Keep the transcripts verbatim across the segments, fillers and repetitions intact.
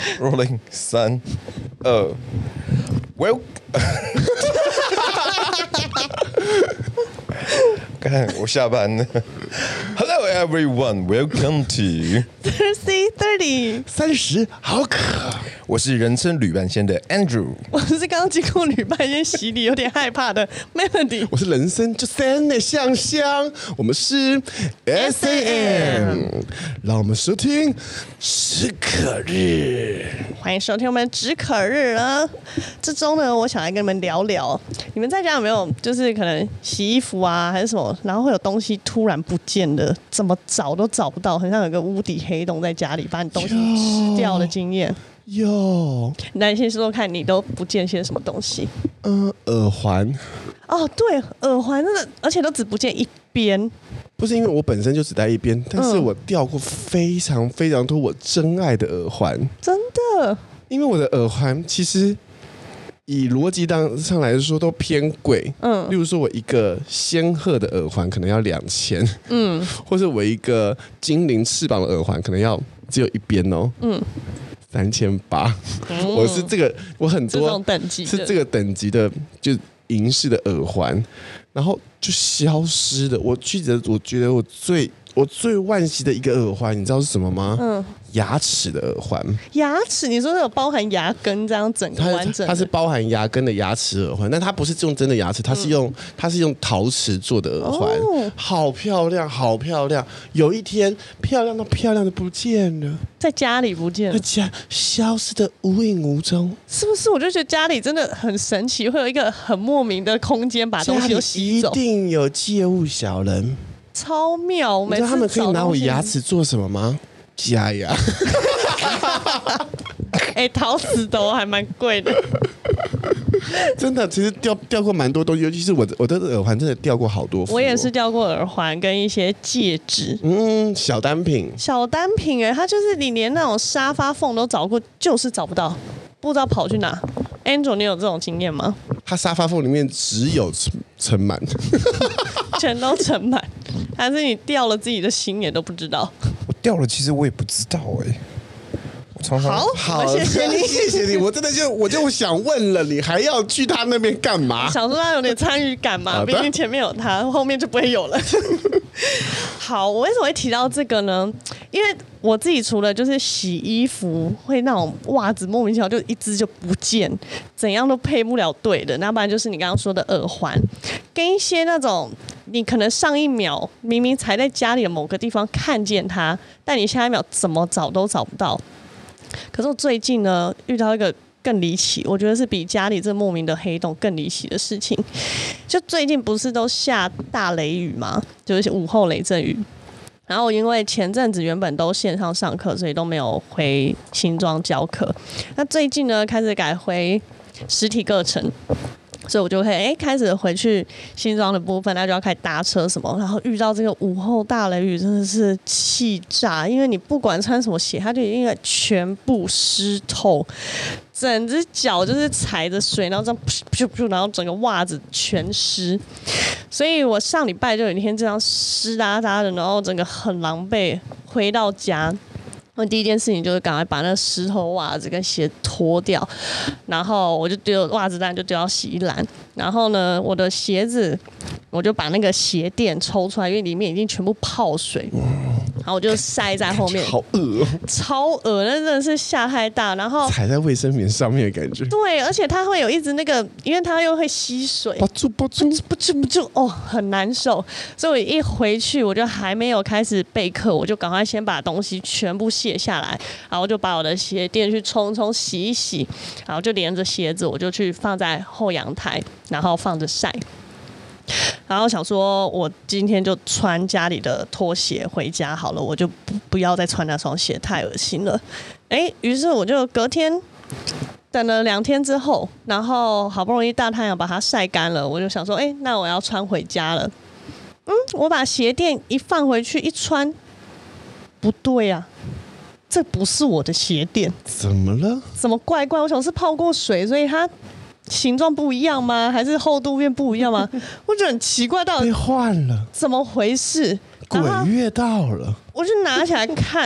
Rolling 三二 ，Well， 看我下班了。Hello everyone, welcome to Thirsty Thirty 三十好渴。 我是人生旅伴仙的 Andrew， 我是刚刚经过旅伴先洗礼有点害怕的 Melody， 我是人生就三的香香，我们是 S A M， 让我们收听止渴日。 欢迎收听我们止渴日了。这周呢，我想来跟你们聊聊，你们在家有没有就是可能洗衣服啊还是什么，然后会有东西突然不见了，怎么找都找不到，很像有个无底黑洞在家里把你东西吃掉的经验。 有， 那你先说说看，你都不见些什么东西？ 嗯、呃，耳环。 哦，对，耳环真的，而且都只不见一边。 不是因为我本身就只戴一边，但是我掉过非常非常多我真爱的耳环。 真的？ 因为我的耳环其实以逻辑当上来说都偏贵，嗯，例如说我一个仙鹤的耳环可能要两千，嗯，或者我一个精灵翅膀的耳环可能要只有一边哦，嗯，三千八，我是这个，我很多这种等级是这个等级的，就银饰的耳环，然后就消失了。我记得，我觉得我最我最惋惜的一个耳环，你知道是什么吗？嗯。牙齿的耳环， 牙齿你说是有包含牙根这样整个完整的？ 它是包含牙根的牙齿耳环，但它不是用真的牙齿，它是用、嗯、它是用陶瓷做的耳环，哦、好漂亮，好漂亮。有一天，漂亮到漂亮的不见了， 在家里不见了， 在家消失的无影无踪， 是不是？我就觉得家里真的很神奇，会有一个很莫名的空间把东西都吸走， 一定有借物小人， 超妙。 你知道他们可以拿我牙齿做什么吗？假牙， 哎、欸，陶瓷的还蛮贵的， 真的，其实掉掉过蛮多东西，尤其是我的我的耳环真的掉过好多副、哦。 我也是掉过耳环跟一些戒指， 嗯，小单品， 小单品哎、欸，它就是你连那种沙发缝都找过，就是找不到，不知道跑去哪。Angel， 你有这种经验吗？ 它沙发缝里面只有盛满， 全都盛满，还是你掉了自己的心也都不知道？ 我掉了，其实我也不知道哎、欸。我常常好， 好， 谢谢你， 谢谢你。我真的就我就想问了，你还要去他那边干嘛？ 想说他有点参与感嘛，毕竟前面有他，后面就不会有了。好，我为什么会提到这个呢？因为我自己除了就是洗衣服会那种袜子莫名其妙就一只就不见，怎样都配不了对的，那不然就是你刚刚说的耳环，跟一些那种你可能上一秒明明才在家里的某个地方看见它，但你下一秒怎么找都找不到。可是我最近呢遇到一个更离奇，我觉得是比家里这莫名的黑洞更离奇的事情。就最近不是都下大雷雨吗？就是午后雷阵雨。然后因为前阵子原本都线上上课，所以都没有回新庄教课。那最近呢开始改回实体课程。所以我就可以哎开始回去新庄的部分，那就要开始搭车什么，然后遇到这个午后大雷雨，真的是气炸！因为你不管穿什么鞋，它就因为全部湿透，整只脚就是踩着水，然后这样噗噗噗，然后整个袜子全湿。所以我上礼拜就有一天这样湿哒哒的，然后整个很狼狈回到家。我第一件事情就是赶快把那湿透袜子跟鞋脱掉，然后我就丢袜子，当然就丢到洗衣篮。然后呢，我的鞋子我就把那个鞋垫抽出来，因为里面已经全部泡水，然后我就塞在后面。 好恶哦， 超恶，那真的是下太大。然后踩在卫生棉上面的感觉。 对，而且它会有一直那个，因为它又会吸水， 不住不住不住不住，哦，很难受。所以我一回去，我就还没有开始备课，我就赶快先把东西全部卸下来，然后就把我的鞋垫去冲冲洗一洗，然后就连着鞋子我就去放在后阳台，然后放着晒。然后想说，我今天就穿家里的拖鞋回家好了，我就不不要再穿那双鞋，太恶心了。哎，于是我就隔天等了两天之后，然后好不容易大太阳把它晒干了，我就想说，哎，那我要穿回家了。嗯，我把鞋垫一放回去一穿，不对啊，这不是我的鞋垫。 怎么了？ 怎么怪怪？我想是泡过水，所以它形状不一样吗？还是厚度变不一样吗？我觉得很奇怪，到底被换了， 怎么回事？ 鬼月到了， 我就拿起来看，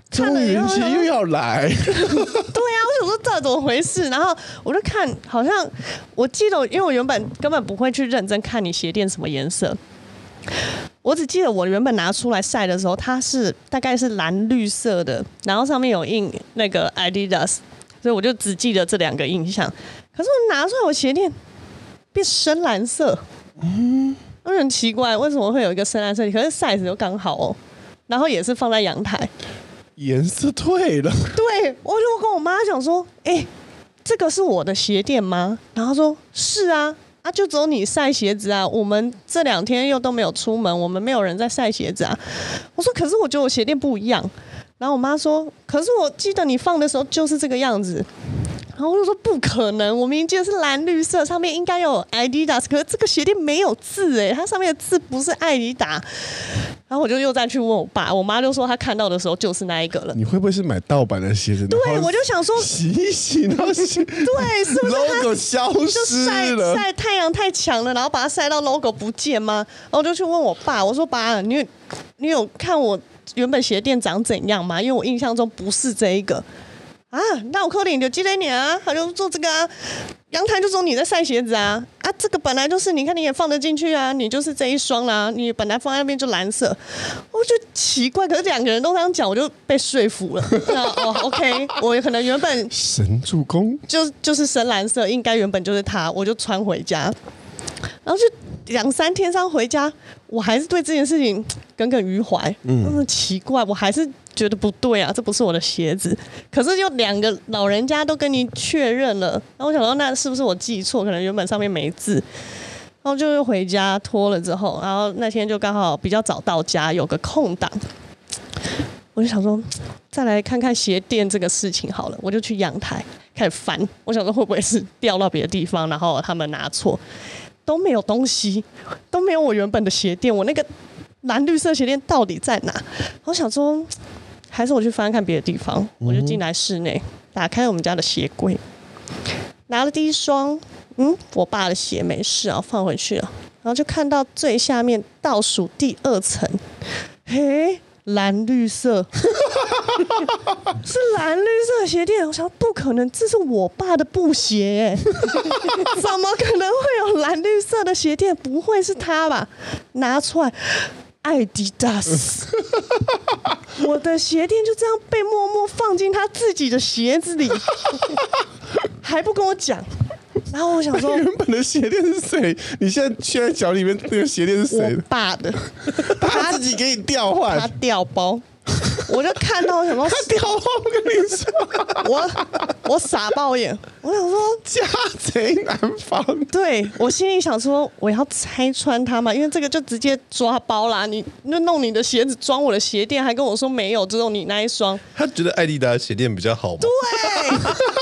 看了以后周云又要来， 对啊，我想说这怎么回事？然后我就看，好像我记得，因为我原本根本不会去认真看你鞋垫什么颜色，我只记得我原本拿出来晒的时候，它是大概是蓝绿色的，然后上面有印那个 Adidas， 所以我就只记得这两个印象。可是我拿出来我鞋垫变深蓝色，嗯，我很奇怪为什么会有一个深蓝色，可是 size 又刚好哦，然后也是放在阳台。 颜色退了。 对，我就跟我妈讲说，哎、欸，这个是我的鞋垫吗？然后她说是啊，啊，就只有你晒鞋子啊，我们这两天又都没有出门，我们没有人在晒鞋子啊。我说可是我觉得我鞋垫不一样。然后我妈说，可是我记得你放的时候就是这个样子。然后我就说不可能，我明明记得是蓝绿色，上面应该有 Adidas， 可是这个鞋垫没有字哎，它上面的字不是艾迪达。然后我就又再去问我爸，我妈就说她看到的时候就是那一个了。 你会不会是买盗版的鞋子？ 对，我就想说洗一洗，然后洗， 对，是不是 logo 消失了？ 晒晒太阳太强了，然后把它晒到 logo 不见吗？然后我就去问我爸，我说爸，你有你有看我原本鞋垫长怎样吗？因为我印象中不是这一个。啊，那我扣你就记得你啊，他就做这个啊，阳台就说你在晒鞋子啊，啊，这个本来就是你看你也放得进去啊，你就是这一双啦，你本来放在那边就蓝色，我就奇怪，可是两个人都这样讲，我就被说服了。那哦 ，OK， 我可能原本神助攻就就是深蓝色，应该原本就是它，我就穿回家，然后就两三天上回家，我还是对这件事情耿耿于怀，嗯，奇怪，我还是觉得不对啊，这不是我的鞋子。可是就两个老人家都跟你确认了，然后我想说那是不是我记错？可能原本上面没字，然后就回家脱了之后，然后那天就刚好比较早到家，有个空档，我就想说再来看看鞋垫这个事情好了，我就去阳台开始翻，我想说会不会是掉到别的地方，然后他们拿错，都没有东西，都没有我原本的鞋垫，我那个蓝绿色鞋垫到底在哪？我想说，还是我去翻看别的地方。我就进来室内，打开我们家的鞋柜，拿了第一双，嗯，我爸的鞋没事啊，放回去了。然后就看到最下面倒数第二层，嘿，蓝绿色，是蓝绿色的鞋垫。我想不可能，这是我爸的布鞋，哎，怎么可能会有蓝绿色的鞋垫？不会是他吧？拿出来。艾迪达斯，我的鞋垫就这样被默默放进他自己的鞋子里，还不跟我讲。然后我想说， 原本的鞋垫是谁？你现在现在脚里面那个鞋垫是谁的？ 我爸的， 他自己给你调换， 他调包。我就看到什么他调换，我跟你说， 我我傻爆眼，我想说家贼难防。 对我心里想说，我要拆穿他嘛，因为这个就直接抓包啦，你就弄你的鞋子装我的鞋垫，还跟我说没有，只有你那一双。 他觉得艾迪达鞋垫比较好吗？ 对。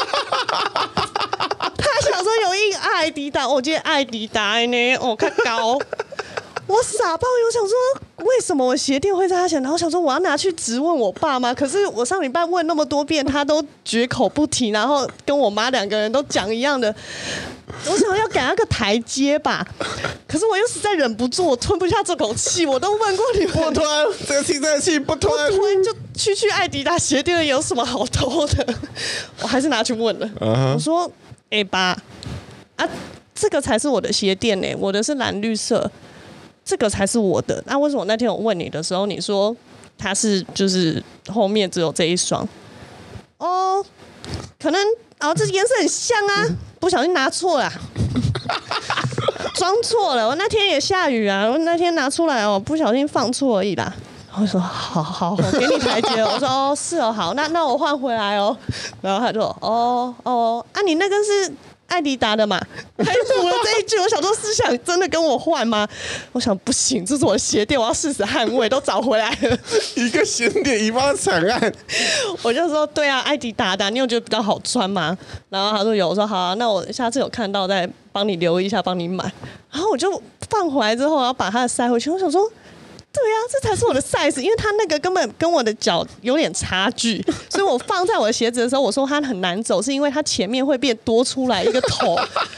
他想说有印艾迪达，我今天艾迪达呢，哦，看高。我傻爆眼，我想说为什么我鞋垫会在他前？然后想说我要拿去质问我爸吗？可是我上礼拜问那么多遍，他都绝口不提，然后跟我妈两个人都讲一样的。我想要给他个台阶吧，可是我又实在忍不住，我吞不下这口气。我都问过你们， 不吞这个听这气不吞， 不吞就区区艾迪达鞋垫有什么好偷的？我还是拿去问了。Uh-huh. 我说：“哎、欸、爸，啊，这个才是我的鞋垫呢、欸，我的是蓝绿色。”这个才是我的。那为什么那天我问你的时候，你说它是就是后面只有这一双？哦，可能哦，这颜色很像啊，不小心拿错了，装错了。我那天也下雨啊，我那天拿出来哦，不小心放错而已啦。我说好好好，给你台阶。我说哦是哦，好，那那我换回来哦。然后他就哦哦啊，你那个是艾迪达的嘛，还补了这一句。我想说是想真的跟我换吗？我想不行，这是我的鞋垫，我要誓死捍卫，都找回来了。 一个鞋垫一方惨案。 我就说对啊，艾迪达的，你有觉得比较好穿吗？然后他说有，我说好啊，那我下次有看到再帮你留意一下，帮你买。然后我就放回来之后，然后把它塞回去。我想说。对啊，这才是我的 size， 因为它那个根本跟我的脚有点差距，所以我放在我的鞋子的时候，我说它很难走，是因为它前面会变多出来一个头。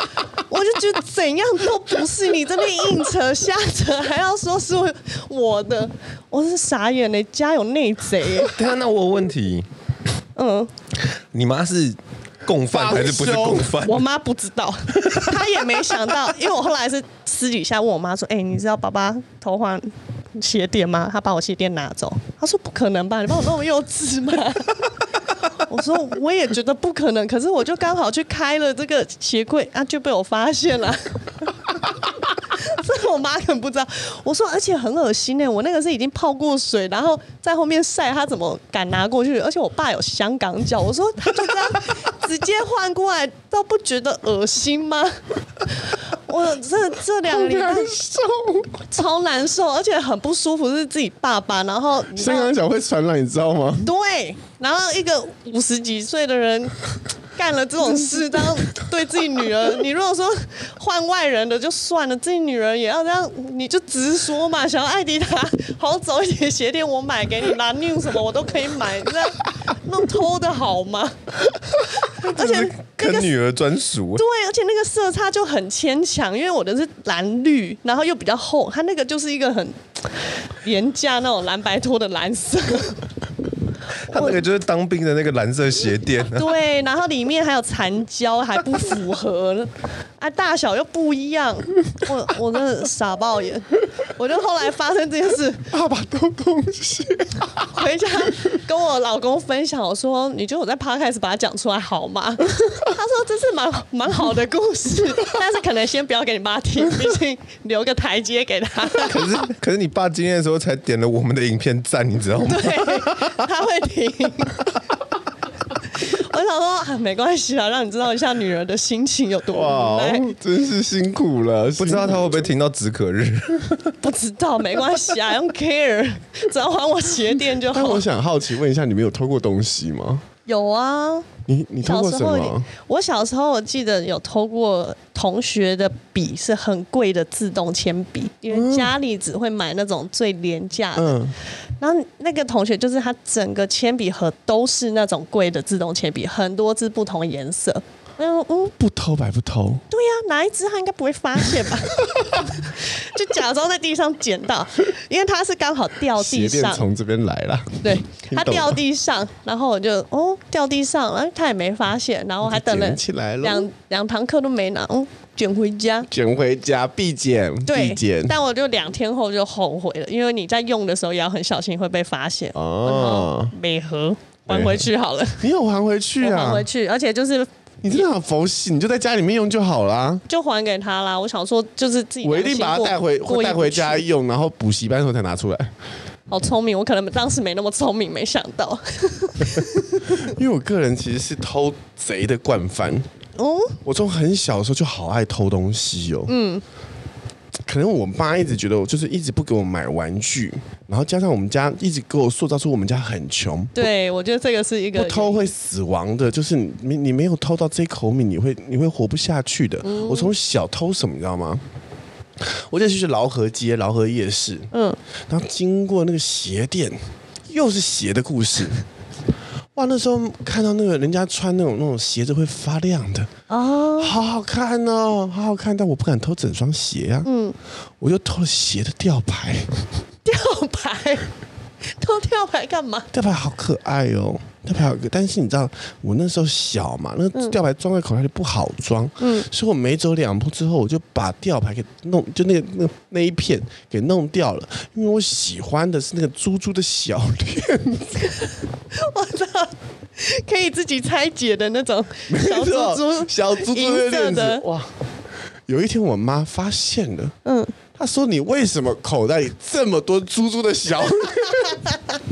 我就觉得怎样都不是，你这边硬扯瞎扯，还要说是我的，我是傻眼嘞，家有内贼耶。 对啊，那我有问题， 嗯， 你妈是共犯还是不是共犯？ 我妈不知道，她也没想到，因为我后来是私底下问我妈说：“哎、欸，你知道爸爸偷换鞋垫吗？他把我鞋垫拿走。”她说：“不可能吧，你把我那么幼稚吗？”我说：“我也觉得不可能，可是我就刚好去开了这个鞋柜啊，就被我发现了。”所以我妈可能不知道。我说，而且很恶心呢、欸，我那个是已经泡过水，然后在后面晒，他怎么敢拿过去？而且我爸有香港脚，我说他就这样直接换过来，倒不觉得恶心吗？我这这两个礼拜超难受，而且很不舒服，是自己爸爸，然后香港脚会传染，你知道吗？ 对，然后一个五十几岁的人。干了这种事，这样对自己女儿，你如果说换外人的就算了，自己女儿也要这样，你就直说嘛。想要艾迪达好走一点鞋垫，我买给你啦 ，New 什么我都可以买，这样弄偷的好吗？而且、那個、 跟女儿专属。 对，而且那个色差就很牵强，因为我的是蓝绿，然后又比较厚，它那个就是一个很廉价那种蓝白拖的蓝色。 他那个就是当兵的那个蓝色鞋垫、啊， 对，然后里面还有残胶，还不符合，啊，大小又不一样，我我真的傻爆眼。我就后来发生这件事， 爸爸偷东西， 回家跟我老公分享，我说：“你觉得我在 podcast 把它讲出来好吗？”他说：“这是蛮蛮好的故事，但是可能先不要给你爸听，毕竟留个台阶给他。” 可是可是你爸今天的时候才点了我们的影片赞，你知道吗？ 对，他会听。我想说、啊，没关系啦，让你知道一下女儿的心情有多无奈。 真是辛苦了， 不知道他会不会听到止渴日？ 不知道，没关系啊，I don't care，只要还我鞋垫就好。 但我想好奇问一下，你们有偷过东西吗？ 有啊。 你你偷过什么？ 我小时候我记得有偷过同学的笔，是很贵的自动铅笔，因为家里只会买那种最廉价的。嗯，然后那个同学就是他整个铅笔盒都是那种贵的自动铅笔，很多支不同颜色。嗯嗯， 不偷白不偷。 对呀、啊，哪一只他应该不会发现吧？就假装在地上捡到，因为他是刚好掉地上。 鞋垫从这边来了。 对，他掉地上，然后我就哦掉地上，哎他也没发现，然后还等了两两堂课都没拿，嗯，捡回家。 捡回家必捡，必捡。 但我就两天后就后悔了，因为你在用的时候也要很小心会被发现。哦，美盒还回去好了。 你有还回去啊？ 还回去，而且就是。 你真的很佛系，你就在家里面用就好啦， 就还给他啦。我想说，就是自己我一定把它带回带回家用，然后补习班的时候才拿出来。 好聪明，我可能当时没那么聪明，没想到。 因为我个人其实是偷贼的惯犯。哦，我从很小的时候就好爱偷东西哦。嗯。可能我妈一直觉得我就是一直不给我买玩具，然后加上我们家一直给我塑造出我们家很穷。 对，我觉得这个是一个不偷会死亡的，就是你你没有偷到这口米，你会你会活不下去的。嗯、我从小偷什么你知道吗？我记得去劳合街、劳合夜市，嗯，然后经过那个鞋店，又是鞋的故事。哇，那时候看到那个人家穿那种那种鞋子会发亮的哦，好好看哦，好好看，但我不敢偷整双鞋啊，嗯，我就偷了鞋的吊牌， 吊牌，偷吊牌干嘛？ 吊牌好可爱哦，吊牌好可爱，但是你知道我那时候小嘛，那个吊牌装在口袋里不好装，嗯，所以我没走两步之后，我就把吊牌给弄，就那个那那一片给弄掉了，因为我喜欢的是那个猪猪的小链子。 我知道，可以自己拆解的那种小猪猪， 小猪猪的链子。哇！有一天我妈发现了，嗯，她说：“你为什么口袋里这么多猪猪的小链子？”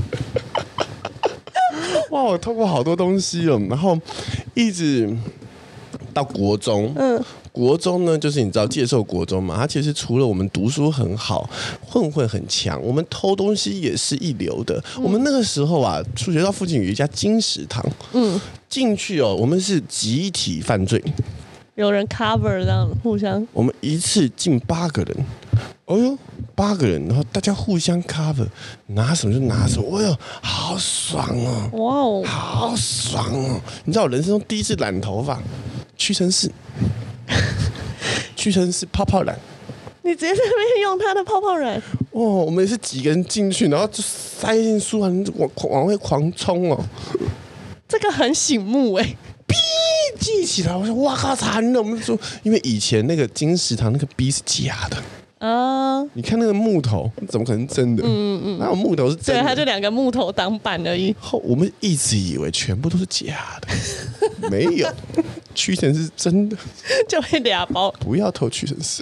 哇！我偷过好多东西哦，然后一直到国中，嗯。国中呢，就是你知道介寿国中嘛，它其实除了我们读书很好，混混很强，我们偷东西也是一流的。嗯、我们那个时候啊，学校附近有一家金石堂，嗯，进去哦，我们是集体犯罪， 有人 cover 这样互相， 我们一次进八个人，哦呦，八个人，然后大家互相 cover， 拿什么就拿什么，哎呦，好爽哦，哇哦，好爽哦！你知道我人生中第一次染头发，屈臣氏。 屈臣氏泡泡染。 你直接在那边用他的泡泡染。 哦，我们也是几个人进去，然后就塞进书完往往外狂冲哦。 这个很醒目哎、欸。 记起来，我说哇靠，惨了！我们说，因为以前那个金石堂那个 B 是假的啊，你看那个木头，怎么可能真的？嗯嗯，哪有木头是真的？ 对，它就两个木头挡板而已。 后我们一直以为全部都是假的，没有，屈臣氏是真的， 就会俩包， 不要偷屈臣氏。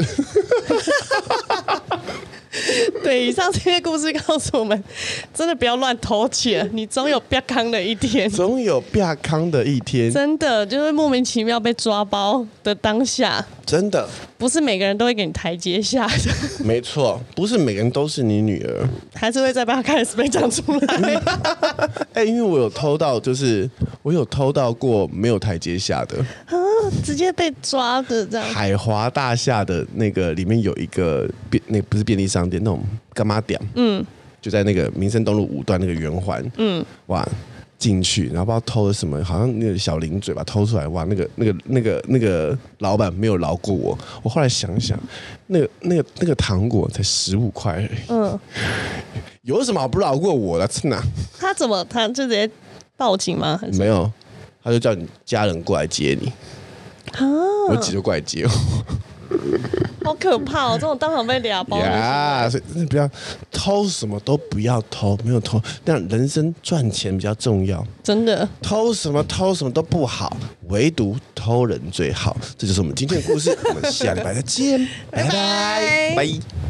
对，以上这些故事告诉我们，真的不要乱偷钱，你总有变康的一天， 总有变康的一天。 真的就是莫名其妙被抓包的当下， 真的不是每个人都会给你台阶下的。 没错，不是每个人都是你女儿， 还是会在巴开始被讲出来。 哎、欸，因为我有偷到，就是我有偷到过没有台阶下的啊，直接被抓的这样。 海华大厦的那个里面有一个便，那不是便利商店，那种干妈店，嗯，就在那个民生东路五段那个圆环，嗯，哇，进去，然后不知道偷了什么，好像那个小零嘴把偷出来，哇，那个那个那个那个老板没有饶过我。我后来想想，那个那个那个糖果才十五块而已，嗯，有什么好不饶过我的？真的？ 他怎么他就直接报警吗？还是没有，他就叫你家人过来接你。啊！我姐就过来接我。 好可怕哦！这种当场被俩包呀，所以真的不要偷，什么都不要偷，没有偷，但人生赚钱比较重要。 真的， 偷什么偷什么都不好，唯独偷人最好。这就是我们今天的故事，我们下礼拜再见，拜拜拜。